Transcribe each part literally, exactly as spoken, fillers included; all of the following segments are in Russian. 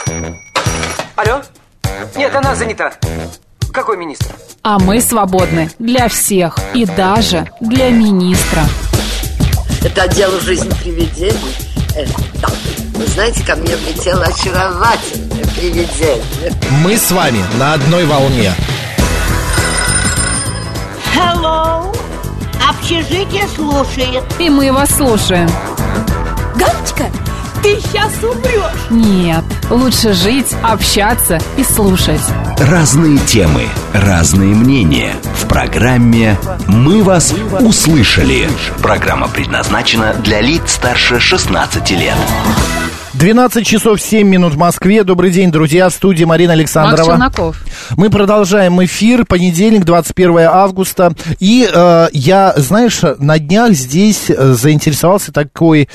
Алло? Нет, она занята. Какой министр? А мы свободны для всех и даже для министра. Это отдел «Жизнь привидений». Э, да. Вы знаете, ко мне влетело очаровательное привидение. Мы с вами на одной волне. Hello. Общежитие слушает. И мы вас слушаем. Галочка, ты сейчас умрешь. Нет, лучше жить, общаться и слушать. Разные темы, разные мнения. В программе «Мы вас услышали». Программа предназначена для лиц старше шестнадцати лет. двенадцать часов семь минут в Москве. Добрый день, друзья. В студии Марина Александрова. Макс Челноков. Мы продолжаем эфир. Понедельник, двадцать первое августа. И э, я, знаешь, на днях здесь заинтересовался такой...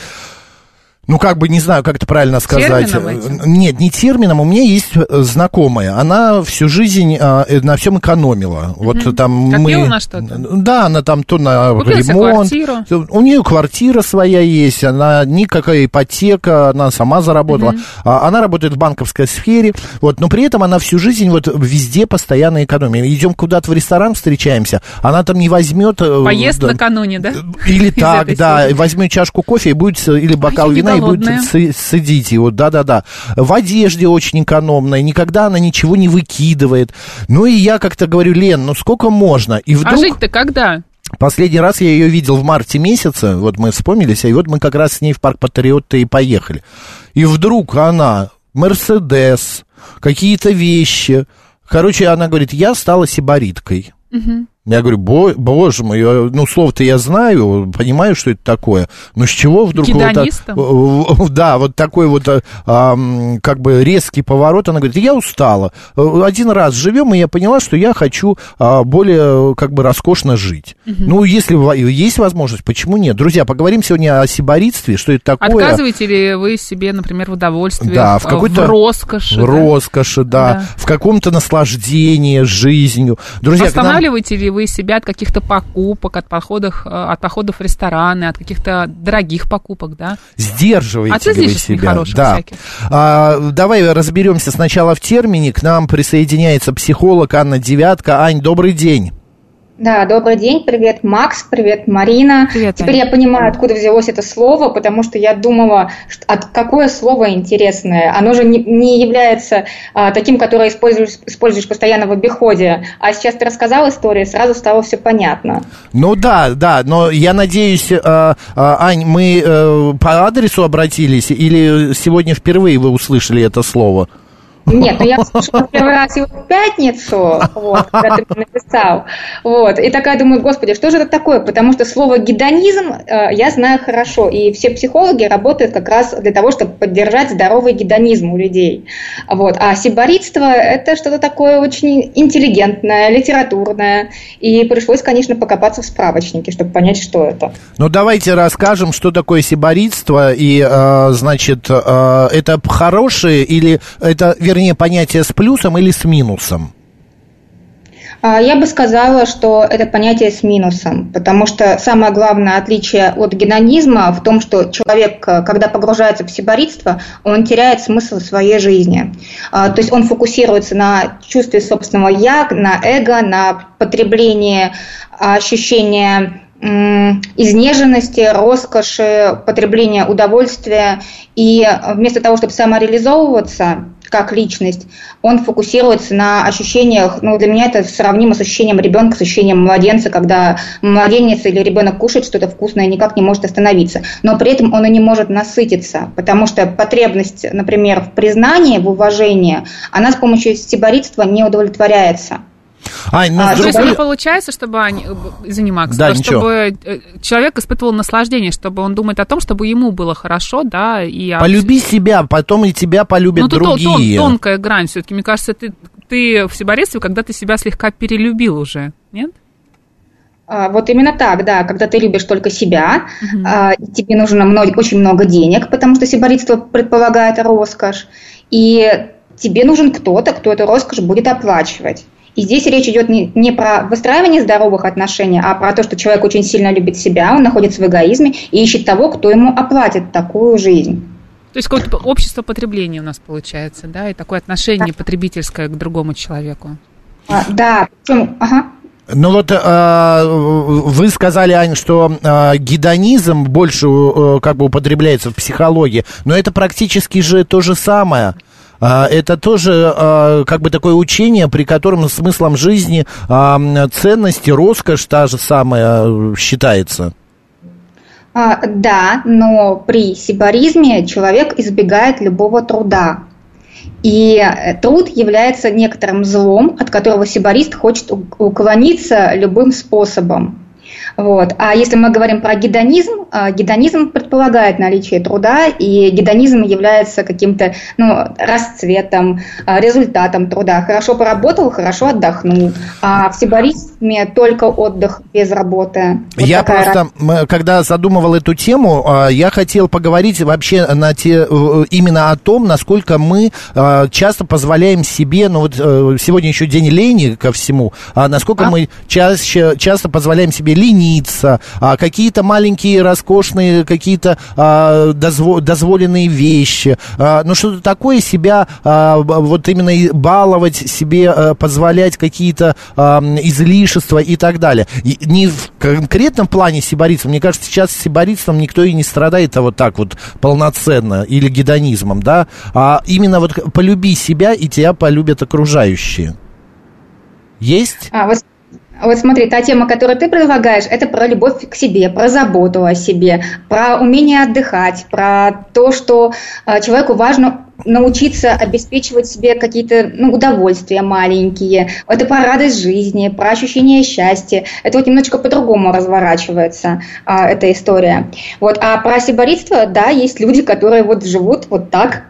Ну, как бы, не знаю, как это правильно сказать. Нет, не термином. У меня есть знакомая. Она всю жизнь а, на всем экономила. Вот mm-hmm. там Копила мы... на что-то? Да, она там то на Купила ремонт. Квартиру. У нее квартира своя есть. Она никакая ипотека. Она сама заработала. Mm-hmm. А, она работает в банковской сфере. Вот, но при этом она всю жизнь вот везде постоянно экономит. Идем куда-то в ресторан, встречаемся. Она там не возьмет... Поест да, накануне, да? Или так, да. Возьмет чашку кофе и будет... Или бокал вина, и будет садить его, да-да-да. В одежде очень экономная, никогда она ничего не выкидывает. Ну и я как-то говорю: Лен, ну сколько можно? И вдруг... А жить-то когда? Последний раз я ее видел в марте месяце, вот мы вспомнились, и вот мы как раз с ней в парк Патриот-то и поехали. И вдруг она, Мерседес, какие-то вещи. Короче, она говорит: я стала сибариткой. Угу. Я говорю: Бо, боже мой, ну, слово-то я знаю, понимаю, что это такое, но с чего вдруг... Гедонистом? Вот, да, вот такой вот а, как бы резкий поворот. Она говорит: я устала. Один раз живем, и я поняла, что я хочу а, более как бы роскошно жить. Угу. Ну, если есть возможность, почему нет? Друзья, поговорим сегодня о сибаритстве, что это такое. Отказываете ли вы себе, например, в удовольствии, да, в, какой-то, в роскоши? В да? роскоши, да, да, в каком-то наслаждении жизнью. Друзья, останавливаете нам... ли вы себя от каких-то покупок, от походов, от походов в рестораны, от каких-то дорогих покупок, да? Сдерживаете от ли вы себя? Да. А, давай разберемся сначала в термине. К нам присоединяется психолог Анна Девятка. Ань, добрый день. Да, добрый день, привет, Макс, привет, Марина. Привет, Теперь Аня. Я понимаю, откуда взялось это слово, потому что я думала, что, от, какое слово интересное. Оно же не, не является а, таким, которое используешь, используешь постоянно в обиходе. А сейчас ты рассказал историю, сразу стало все понятно. Ну да, да, но я надеюсь, а, а, Ань, мы а, по адресу обратились или сегодня впервые вы услышали это слово? Нет, ну я слушала первый раз его в пятницу, вот, когда ты мне написал, вот, и такая думаю: господи, что же это такое, потому что слово гедонизм э, я знаю хорошо, и все психологи работают как раз для того, чтобы поддержать здоровый гедонизм у людей, вот, а сибаритство — это что-то такое очень интеллигентное, литературное, и пришлось, конечно, покопаться в справочнике, чтобы понять, что это. Ну, давайте расскажем, что такое сибаритство, и, э, значит, э, это хорошее или это, вернее, понятие с плюсом или с минусом? Я бы сказала, что это понятие с минусом, потому что самое главное отличие от гедонизма в том, что человек, когда погружается в сибаритство, он теряет смысл своей жизни. То есть он фокусируется на чувстве собственного «я», на эго, на потреблении ощущения изнеженности, роскоши, потребления удовольствия. И вместо того, чтобы самореализовываться как личность, он фокусируется на ощущениях, ну, для меня это сравнимо с ощущением ребенка, с ощущением младенца, когда младенец или ребенок кушает что-то вкусное и никак не может остановиться. Но при этом он и не может насытиться, потому что потребность, например, в признании, в уважении, она с помощью сибаритства не удовлетворяется. Ань, ну, а, другой... То есть не получается, чтобы, Ань, извини, Макс, да, чтобы человек испытывал наслаждение, чтобы он думает о том, чтобы ему было хорошо, да, и... Полюби себя, потом и тебя полюбят ну, другие. Ну, тон, тонкая грань все-таки, мне кажется, ты, ты в сибаритстве, когда ты себя слегка перелюбил уже, нет? А, вот именно так, да, когда ты любишь только себя, угу. а, тебе нужно много, очень много денег, потому что сибаритство предполагает роскошь, и тебе нужен кто-то, кто эту роскошь будет оплачивать. И здесь речь идет не, не про выстраивание здоровых отношений, а про то, что человек очень сильно любит себя, он находится в эгоизме и ищет того, кто ему оплатит такую жизнь. То есть какое-то общество потребления у нас получается, да, и такое отношение потребительское к другому человеку. А, да, причем, ага. Ну вот э, вы сказали, Ань, что э, гедонизм больше э, как бы употребляется в психологии, но это практически же то же самое. Э, это тоже э, как бы такое учение, при котором смыслом жизни э, ценности, роскошь та же самая считается. А, да, но при сибаризме человек избегает любого труда. И труд является некоторым злом, от которого сибарист хочет уклониться любым способом. Вот. А если мы говорим про гедонизм, гедонизм предполагает наличие труда, и гедонизм является каким-то ну, расцветом, результатом труда. Хорошо поработал, хорошо отдохнул. А в сибаризме только отдых без работы. Вот я просто, раз... когда задумывал эту тему, я хотел поговорить вообще на те, именно о том, насколько мы часто позволяем себе, ну вот сегодня еще день лени ко всему, насколько а? мы чаще, часто позволяем себе лениться, какие-то маленькие роскошные, какие-то дозволенные вещи, ну что-то такое себя, вот именно баловать себе, позволять какие-то излишества и так далее. И не в конкретном плане сибаритства, мне кажется, сейчас сибаритством никто и не страдает а вот так вот полноценно, или гедонизмом, да, а именно вот полюби себя, и тебя полюбят окружающие. Есть? А, вот... Вот смотри, та тема, которую ты предлагаешь, это про любовь к себе, про заботу о себе, про умение отдыхать, про то, что э, человеку важно научиться обеспечивать себе какие-то ну, удовольствия маленькие. Это про радость жизни, про ощущение счастья. Это вот немножечко по-другому разворачивается а, эта история. Вот. А про сибаритство, да, есть люди, которые вот живут вот так,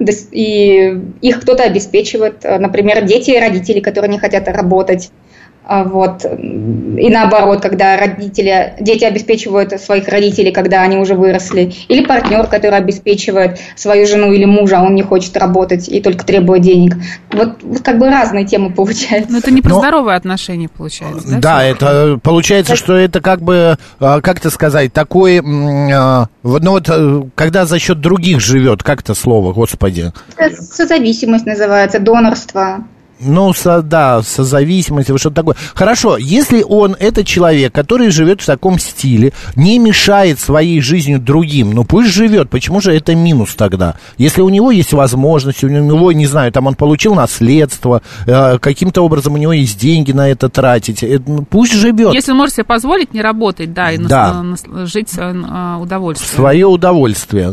и их кто-то обеспечивает, например, дети и родители, которые не хотят работать. Вот. И наоборот, когда родители, дети обеспечивают своих родителей, когда они уже выросли, или партнер, который обеспечивает свою жену или мужа, а он не хочет работать и только требует денег. Вот, вот как бы разные темы получаются. Но это не про Но... здоровые отношения получается, да? Да, это получается, что это как бы, как это сказать, такой, ну вот, когда за счет других живет, как это слово, господи? Это созависимость называется, донорство. Ну, со, да, созависимость, что-то такое. Хорошо, если он, это человек, который живет в таком стиле, не мешает своей жизнью другим, ну пусть живет, почему же это минус тогда? Если у него есть возможность, у него, не знаю, там он получил наследство, э, каким-то образом у него есть деньги на это тратить, э, пусть живет. Если он может себе позволить не работать, да, и да. Нас, нас, жить в удовольствие. В свое удовольствие.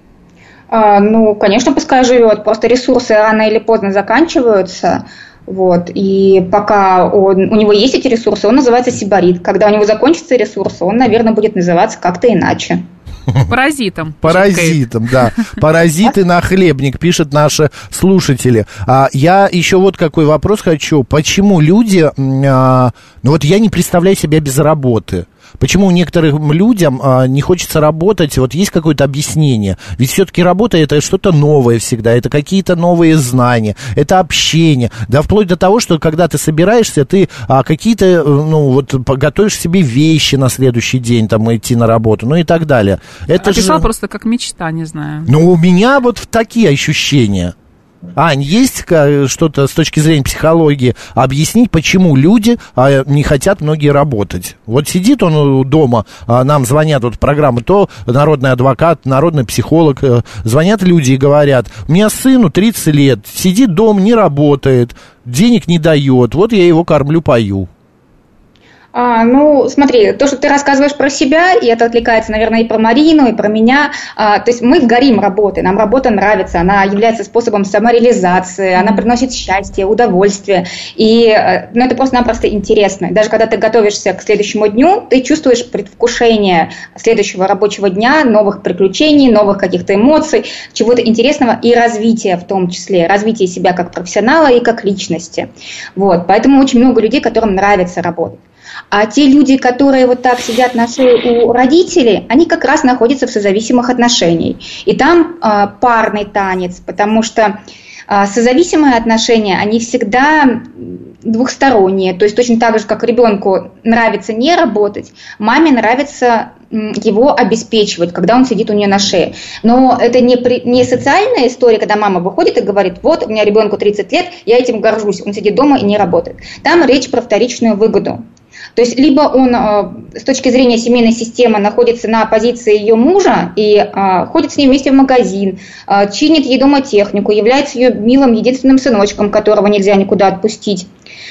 Ну, конечно, пускай живет, просто ресурсы рано или поздно заканчиваются, вот, и пока он, у него есть эти ресурсы, он называется сибарит. Когда у него закончатся ресурсы, он, наверное, будет называться как-то иначе. Паразитом. Паразитом, да. Паразиты на хлебник, пишут наши слушатели. А я еще вот какой вопрос хочу. Почему люди... А, ну вот я не представляю себя без работы. Почему некоторым людям а, не хочется работать? Вот есть какое-то объяснение? Ведь все-таки работа — это что-то новое всегда, это какие-то новые знания, это общение. Да вплоть до того, что когда ты собираешься, ты а, какие-то, ну вот, готовишь себе вещи на следующий день, там, идти на работу, ну и так далее. Это Описал же... просто как мечта, не знаю. Ну, у меня вот такие ощущения. Ань, есть что-то с точки зрения психологии объяснить, почему люди а, не хотят многие работать? Вот сидит он дома, а, нам звонят вот программы, то народный адвокат, народный психолог, а, звонят люди и говорят: у меня сыну тридцать лет, сидит дома, не работает, денег не дает, вот я его кормлю, пою. А, ну, смотри, то, что ты рассказываешь про себя, и это отвлекается, наверное, и про Марину, и про меня. А, то есть мы горим работой, нам работа нравится, она является способом самореализации, она приносит счастье, удовольствие. И ну, это просто-напросто интересно. Даже когда ты готовишься к следующему дню, ты чувствуешь предвкушение следующего рабочего дня, новых приключений, новых каких-то эмоций, чего-то интересного и развития в том числе, развития себя как профессионала и как личности. Вот. Поэтому очень много людей, которым нравится работать. А те люди, которые вот так сидят на шее у родителей, они как раз находятся в созависимых отношениях. И там э, парный танец, потому что э, созависимые отношения, они всегда двухсторонние. То есть точно так же, как ребенку нравится не работать, маме нравится его обеспечивать, когда он сидит у нее на шее. Но это не, при, не социальная история, когда мама выходит и говорит: вот, у меня ребенку тридцать лет, я этим горжусь, он сидит дома и не работает. Там речь про вторичную выгоду. То есть либо он с точки зрения семейной системы находится на позиции ее мужа и а, ходит с ней вместе в магазин, а, чинит ей дома технику, является ее милым единственным сыночком, которого нельзя никуда отпустить.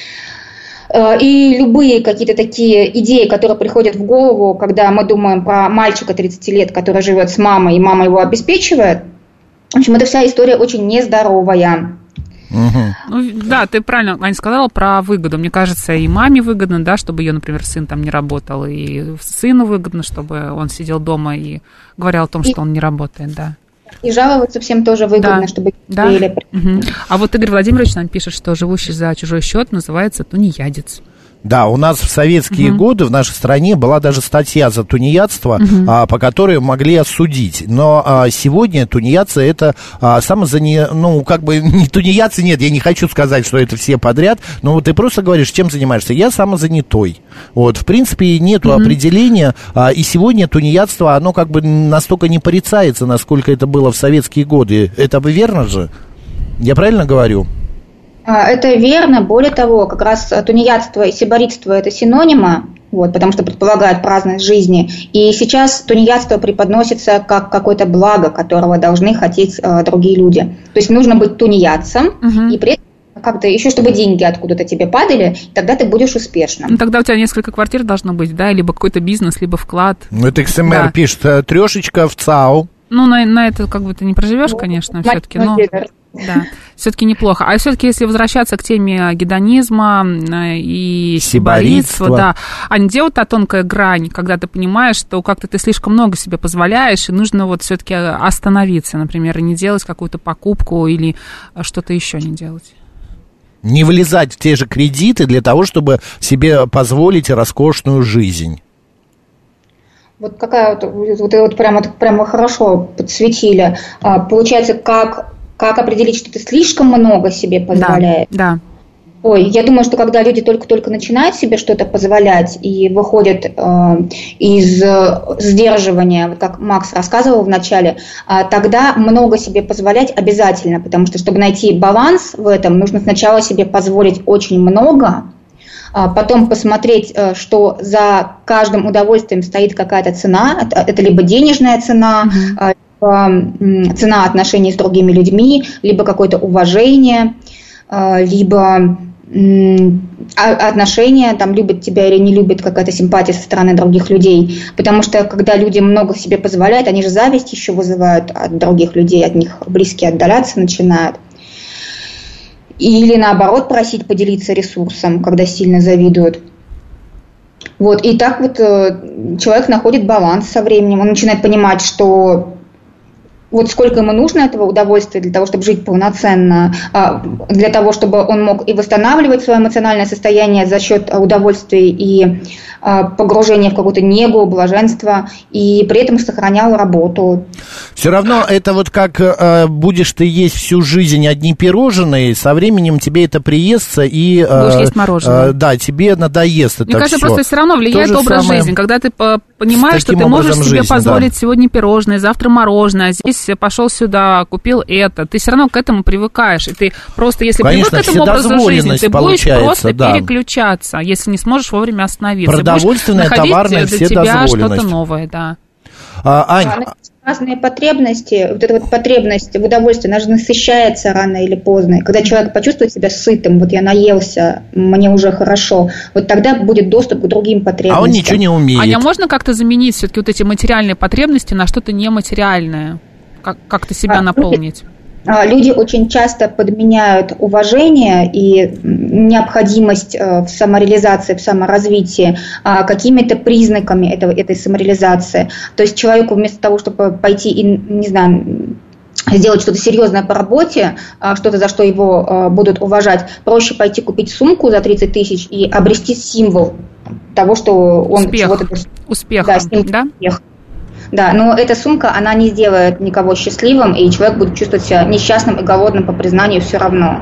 И любые какие-то такие идеи, которые приходят в голову, когда мы думаем про мальчика тридцати лет, который живет с мамой, и мама его обеспечивает, в общем, эта вся история очень нездоровая. Угу. Ну, да, ты правильно, Аня, сказала про выгоду. Мне кажется, и маме выгодно, да, чтобы ее, например, сын там не работал, и сыну выгодно, чтобы он сидел дома и говорил о том, что и, он не работает, да. И жаловаться всем тоже выгодно, да, чтобы... Да. Угу. А вот Игорь Владимирович нам пишет, что живущий за чужой счет называется тунеядец. Да, у нас в советские угу. годы в нашей стране была даже статья за тунеядство, угу. а, по которой могли осудить. Но а, сегодня тунеядцы это а, самозане... ну, как бы не тунеядцы, нет, я не хочу сказать, что это все подряд, но вот ты просто говоришь, чем занимаешься. Я самозанятой. Вот, в принципе, нету угу. определения, а, и сегодня тунеядство, оно как бы настолько не порицается, насколько это было в советские годы. Это верно же? Я правильно говорю? Это верно. Более того, как раз тунеядство и сиборитство – это синонимы, вот, потому что предполагают праздность жизни. И сейчас тунеядство преподносится как какое-то благо, которого должны хотеть э, другие люди. То есть нужно быть тунеядцем, угу. и при этом как-то еще, чтобы деньги откуда-то тебе падали, тогда ты будешь успешным. Ну, тогда у тебя несколько квартир должно быть, да, либо какой-то бизнес, либо вклад. Ну, это икс эм эр да. пишет, трешечка в ЦАУ. Ну, на, на это как бы ты не проживешь, конечно, ну, все-таки, но... Да, все-таки неплохо. А все-таки, если возвращаться к теме гедонизма и сиборитства, да. Ань, где вот та тонкая грань, когда ты понимаешь, что как-то ты слишком много себе позволяешь, и нужно вот все-таки остановиться, например, и не делать какую-то покупку или что-то еще не делать? Не влезать в те же кредиты для того, чтобы себе позволить роскошную жизнь. Вот какая вот, вот, вот прямо, прямо хорошо подсветили. А, получается, как... Как определить, что ты слишком много себе позволяешь? Да, да. Ой, я думаю, что когда люди только-только начинают себе что-то позволять и выходят э, из сдерживания, вот как Макс рассказывал в начале, э, тогда много себе позволять обязательно, потому что, чтобы найти баланс в этом, нужно сначала себе позволить очень много, э, потом посмотреть, э, что за каждым удовольствием стоит какая-то цена, это, это либо денежная цена, mm-hmm. э, цена отношений с другими людьми, либо какое-то уважение, либо отношения, там, любят тебя или не любят, какая-то симпатия со стороны других людей. Потому что, когда люди много себе позволяют, они же зависть еще вызывают от других людей, от них близкие отдаляться начинают. Или наоборот просить поделиться ресурсом, когда сильно завидуют. Вот, и так вот человек находит баланс со временем, он начинает понимать, что вот сколько ему нужно этого удовольствия для того, чтобы жить полноценно, для того, чтобы он мог и восстанавливать свое эмоциональное состояние за счет удовольствия и погружения в какую-то негу, блаженство, и при этом сохранял работу. Все равно это вот как э, будешь ты есть всю жизнь одни пирожные, со временем тебе это приестся, и... Э, будешь есть мороженое. Э, да, тебе надоест это Мне кажется, все. просто все равно влияет образ самое... жизни, когда ты понимаешь, что ты можешь себе жизни, позволить да. сегодня пирожное, завтра мороженое, здесь пошел сюда, купил это, ты все равно к этому привыкаешь, и ты просто, если Конечно, привык к этому образу жизни, ты будешь просто да. переключаться, если не сможешь вовремя остановиться. Продовольственная, товарная вседозволенность. Что-то новое, да. А, Ань... Разные потребности, вот эта вот потребность в удовольствии, она же насыщается рано или поздно. И когда человек почувствует себя сытым, вот я наелся, мне уже хорошо, вот тогда будет доступ к другим потребностям. А он ничего не умеет. Аня, можно как-то заменить все-таки вот эти материальные потребности на что-то нематериальное? Как- как-то себя а, наполнить? Люди очень часто подменяют уважение и необходимость в самореализации, в саморазвитии какими-то признаками этого, этой самореализации. То есть человеку вместо того, чтобы пойти и, не знаю, сделать что-то серьезное по работе, что-то, за что его будут уважать, проще пойти купить сумку за тридцать тысяч и обрести символ того, что он Успех. чего-то... Успех, да? Символ да? Успех. Да, но эта сумка, она не сделает никого счастливым, и человек будет чувствовать себя несчастным и голодным по признанию все равно.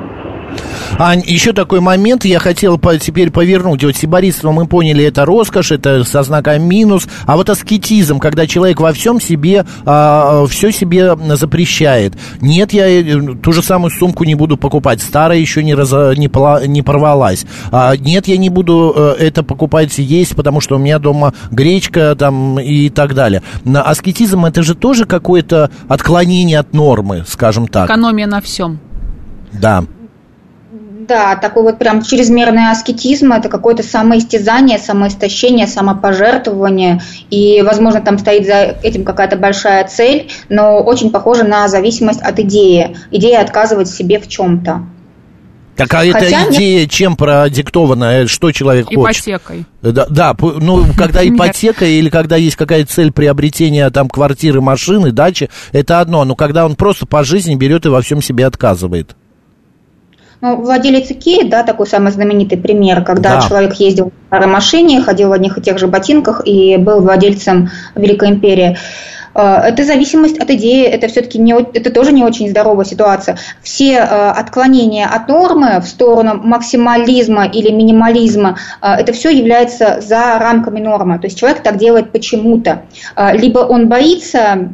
Ань, еще такой момент я хотел по, теперь повернуть. Вот сиборитство мы поняли, это роскошь, это со знаком минус. А вот аскетизм, когда человек во всем себе, а, все себе запрещает. Нет, я ту же самую сумку не буду покупать, старая еще не, раз, не, пола, не порвалась. А, нет, я не буду это покупать, есть, потому что у меня дома гречка там и так далее. Аскетизм это же тоже какое-то отклонение от нормы, скажем так. Экономия на всем. Да. Да, такой вот прям чрезмерный аскетизм – это какое-то самоистязание, самоистощение, самопожертвование. И, возможно, там стоит за этим какая-то большая цель, но очень похоже на зависимость от идеи. Идея отказывать себе в чем-то. Так а эта идея нет... чем продиктована? Что человек Ипотекой. хочет? Да, да, ну, когда ипотека или когда есть какая-то цель приобретения там квартиры, машины, дачи, это одно. Но когда он просто по жизни берет и во всем себе отказывает. Ну, владелец Икеи, да, такой самый знаменитый пример, когда да. человек ездил в старой машине, ходил в одних и тех же ботинках и был владельцем Великой империи. Это зависимость от идеи, это все-таки не, это тоже не очень здоровая ситуация. Все отклонения от нормы в сторону максимализма или минимализма, это все является за рамками нормы. То есть человек так делает почему-то. Либо он боится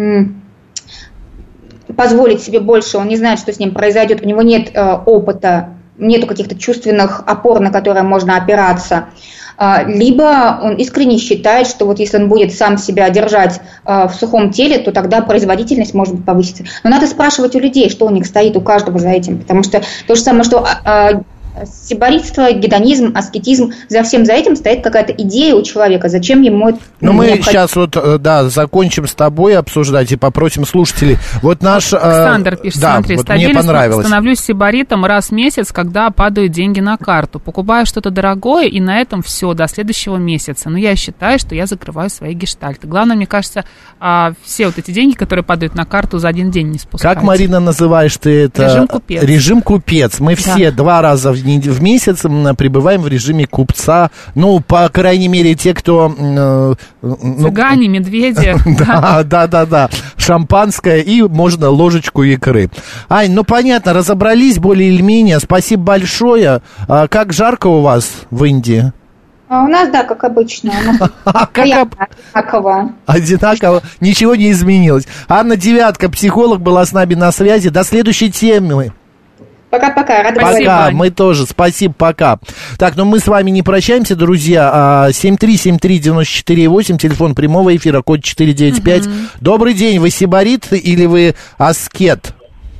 позволить себе больше, он не знает, что с ним произойдет, у него нет э, опыта, нету каких-то чувственных опор, на которые можно опираться, э, либо он искренне считает, что вот если он будет сам себя держать э, в сухом теле, то тогда производительность может быть повысится. Но надо спрашивать у людей, что у них стоит, у каждого за этим, потому что то же самое, что э, сиборитство, гедонизм, аскетизм, за всем за этим стоит какая-то идея у человека, зачем ему это. Ну, мы необходимо. Сейчас вот, да, закончим с тобой обсуждать и попросим слушателей. Вот наш... Александр пишет, да, смотри, вот стабильно становлюсь сиборитом раз в месяц, когда падают деньги на карту. Покупаю что-то дорогое, и на этом все, до следующего месяца. Но я считаю, что я закрываю свои гештальты. Главное, мне кажется, все вот эти деньги, которые падают на карту, за один день не спускать. Как, Марина, называешь ты это? Режим купец. Режим купец. Мы да. все два раза в в месяц пребываем в режиме купца. Ну, по крайней мере, те, кто... Э, Цыгане, ну, медведи. Да, да, да, да. Шампанское и можно ложечку икры. Ань, ну, понятно, разобрались более или менее. Спасибо большое. А как жарко у вас в Индии? А у нас, да, как обычно. У нас одинаково. Одинаково. Ничего не изменилось. Анна Девятка, психолог, была с нами на связи. До следующей темы. Пока-пока, рада Пока, спасибо. Мы тоже, спасибо, пока. Так, ну мы с вами не прощаемся, друзья. семь три семь три девять четыре восемь, телефон прямого эфира, код четыре девять пять. Угу. Добрый день, вы сиборит или вы аскет?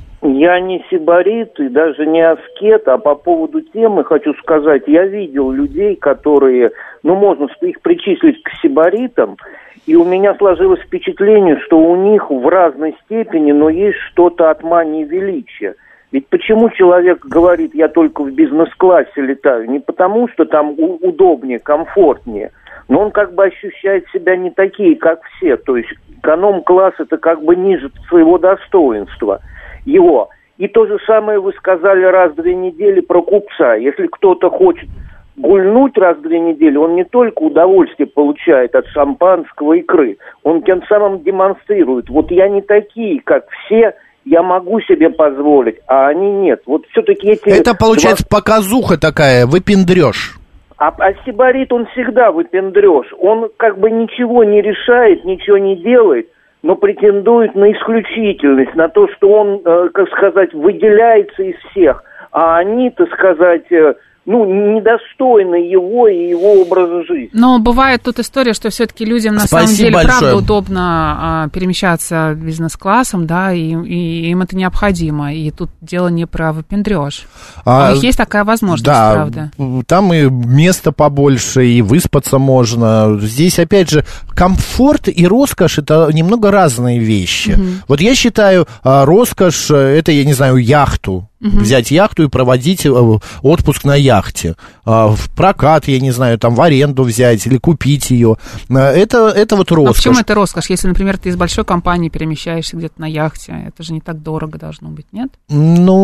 Я не сиборит и даже не аскет, а по поводу темы хочу сказать, я видел людей, которые, ну можно их причислить к сиборитам, и у меня сложилось впечатление, что у них в разной степени, но есть что-то от мании величия. Ведь почему человек говорит, я только в бизнес-классе летаю? Не потому, что там удобнее, комфортнее, но он как бы ощущает себя не такие, как все. То есть эконом-класс это как бы ниже своего достоинства его. И то же самое вы сказали раз в две недели про купца. Если кто-то хочет гульнуть раз в две недели, он не только удовольствие получает от шампанского, икры, он тем самым демонстрирует, вот я не такие, как все, я могу себе позволить, а они нет. Вот все-таки эти... Это, получается, два... показуха такая, выпендрёж. А, а сиборит, он всегда выпендрёж. Он как бы ничего не решает, ничего не делает, но претендует на исключительность, на то, что он, э, как сказать, выделяется из всех. А они, так сказать... Э, ну, недостойны его и его образа жизни. Но бывает тут история, что все-таки людям на Спасибо самом деле большое. правда удобно а, перемещаться бизнес-классом, да, и, и им это необходимо. И тут дело не про выпендрёж. А, У них есть такая возможность, да, правда. Там и места побольше, и выспаться можно. Здесь, опять же, комфорт и роскошь – это немного разные вещи. Угу. Вот я считаю, роскошь – это, я не знаю, яхту. Угу. Взять яхту и проводить отпуск на яхте. В прокат, я не знаю, там в аренду взять или купить ее. Это, это вот роскошь. Но почему это роскошь? Если, например, ты из большой компании перемещаешься где-то на яхте, это же не так дорого должно быть, нет? Ну, не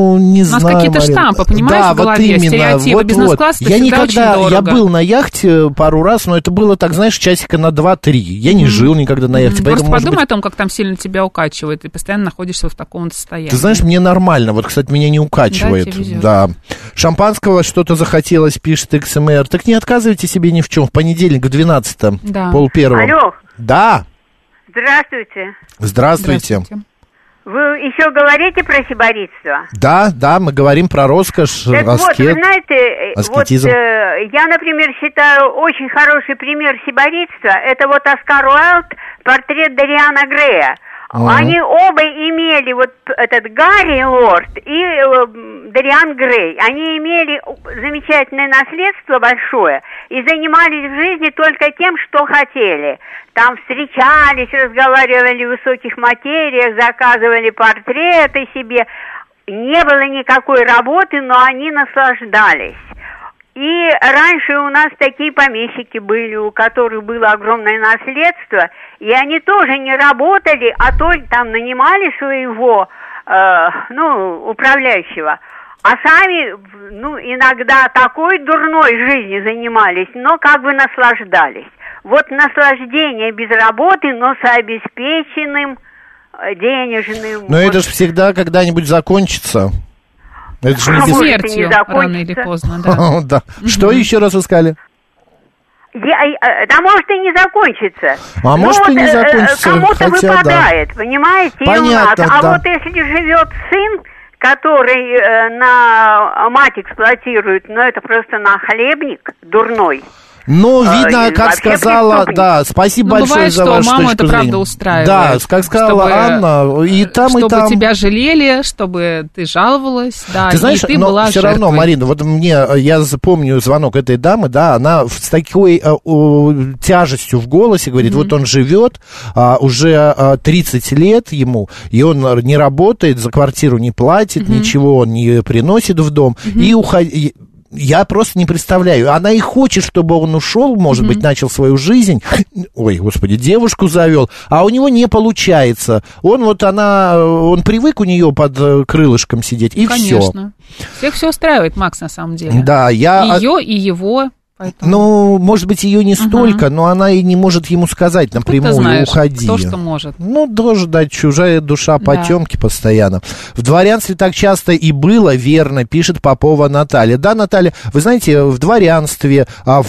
не знаю. У нас какие-то Марина. штампы, понимаешь, да, в голове, вот именно, стереотипы, вот, бизнес-класс, вот. это Я всегда никогда, очень я дорого. был на яхте пару раз, но это было, так знаешь, часика на два-три. Я не mm-hmm. жил никогда на яхте. Mm-hmm. Поэтому, Просто подумай быть... о том, как там сильно тебя укачивает, ты постоянно находишься в таком состоянии. Ты знаешь, мне нормально, вот, кстати, меня не укачивает. Да, да. Шампанского что-то захотелось, пишет икс эм эр. Так не отказывайте себе ни в чем. В понедельник, в двенадцатом, да. пол первого. Алло. Да. Здравствуйте. Здравствуйте. Здравствуйте. Вы еще говорите про сиборитство? Да, да, мы говорим про роскошь, так аскет, вот, вы знаете, аскетизм. Вот, э, я, например, считаю очень хороший пример сиборитства, это вот Оскар Уайлд, портрет Дориана Грея. Uh-huh. Они оба имели, вот этот Гарри Лорд и э, Дориан Грей, они имели замечательное наследство большое и занимались в жизни только тем, что хотели. Там встречались, разговаривали в высоких материях, заказывали портреты себе. Не было никакой работы, но они наслаждались. И раньше у нас такие помещики были, у которых было огромное наследство, и они тоже не работали, а только там нанимали своего, э, ну, управляющего, а сами, ну, иногда такой дурной жизнью занимались, но как бы наслаждались. Вот наслаждение без работы, но с обеспеченным денежным. Но вот. Это же всегда когда-нибудь закончится. Это же не смертью, рано или поздно, да. да. Mm-hmm. Что еще раз вы сказали? Я, да может и не закончится. А ну, может вот, и не закончится. Кому-то хотя, выпадает, да. понимаете, Понятно, и у нас. А да. вот если живет сын, который э, на мать эксплуатирует, ну это просто нахлебник дурной. Ну, видно, как сказала, преступник. Да, спасибо Но большое бывает, за что вашу маму точку это зрения. правда устраивает. Да, как сказала чтобы, Анна, и там, чтобы и там. Чтобы тебя жалели, чтобы ты жаловалась, да, ты знаешь, и ты но была все жертвой. равно, Марина, вот мне, я запомню звонок этой дамы, да, она с такой а, о, тяжестью в голосе говорит, mm-hmm. вот он живет а, уже а, тридцать лет ему, и он не работает, за квартиру не платит, mm-hmm. ничего он не приносит в дом, mm-hmm. и уходит. Я просто не представляю. Она и хочет, чтобы он ушел, может mm-hmm. быть, начал свою жизнь. Ой, господи, девушку завел. А у него не получается. Он вот, она, он привык у нее под крылышком сидеть, и все. Конечно. Всех все устраивает, Макс, на самом деле. Да, я... Ее и его... Поэтому... Ну, может быть, ее не столько, uh-huh. но она и не может ему сказать напрямую, знаешь, уходи. То, что может. Ну, тоже, да, чужая душа потемки да. постоянно. В дворянстве так часто и было, верно, пишет Попова Наталья. Да, Наталья, вы знаете, в дворянстве,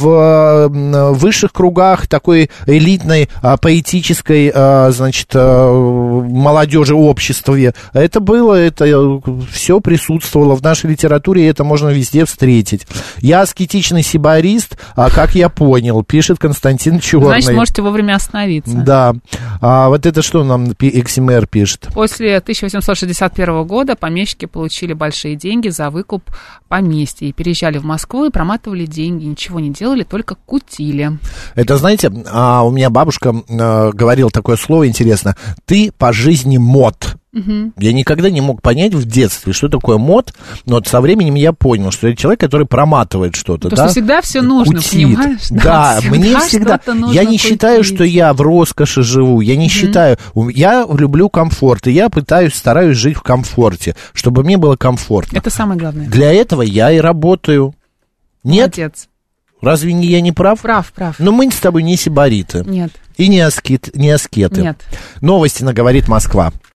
в высших кругах такой элитной, поэтической, значит, молодежи, обществе, это было, это все присутствовало в нашей литературе, и это можно везде встретить. Я аскетичный сибарист, а как я понял, пишет Константин Черный. Значит, можете вовремя остановиться. Да. А вот это что нам икс эм эр пишет? После тысяча восемьсот шестьдесят первого года помещики получили большие деньги за выкуп поместья и переезжали в Москву и проматывали деньги, ничего не делали, только кутили. Это, знаете, а у меня бабушка а, говорила такое слово интересно. Ты по жизни мод. Угу. Я никогда не мог понять в детстве, что такое мод, но вот со временем я понял, что это человек, который проматывает что-то. То, да? что всегда все нужно, кутит. Понимаешь? Да, да всегда мне всегда. Я не кутить. считаю, что я в роскоши живу, я не угу. считаю. Я люблю комфорт, и я пытаюсь, стараюсь жить в комфорте, чтобы мне было комфортно. Это самое главное. Для этого я и работаю. Нет? Молодец. Разве не я не прав? Прав, прав. Но мы с тобой не сибариты. Нет. И не, аскет, не аскеты. Нет. Новости на «Говорит Москва».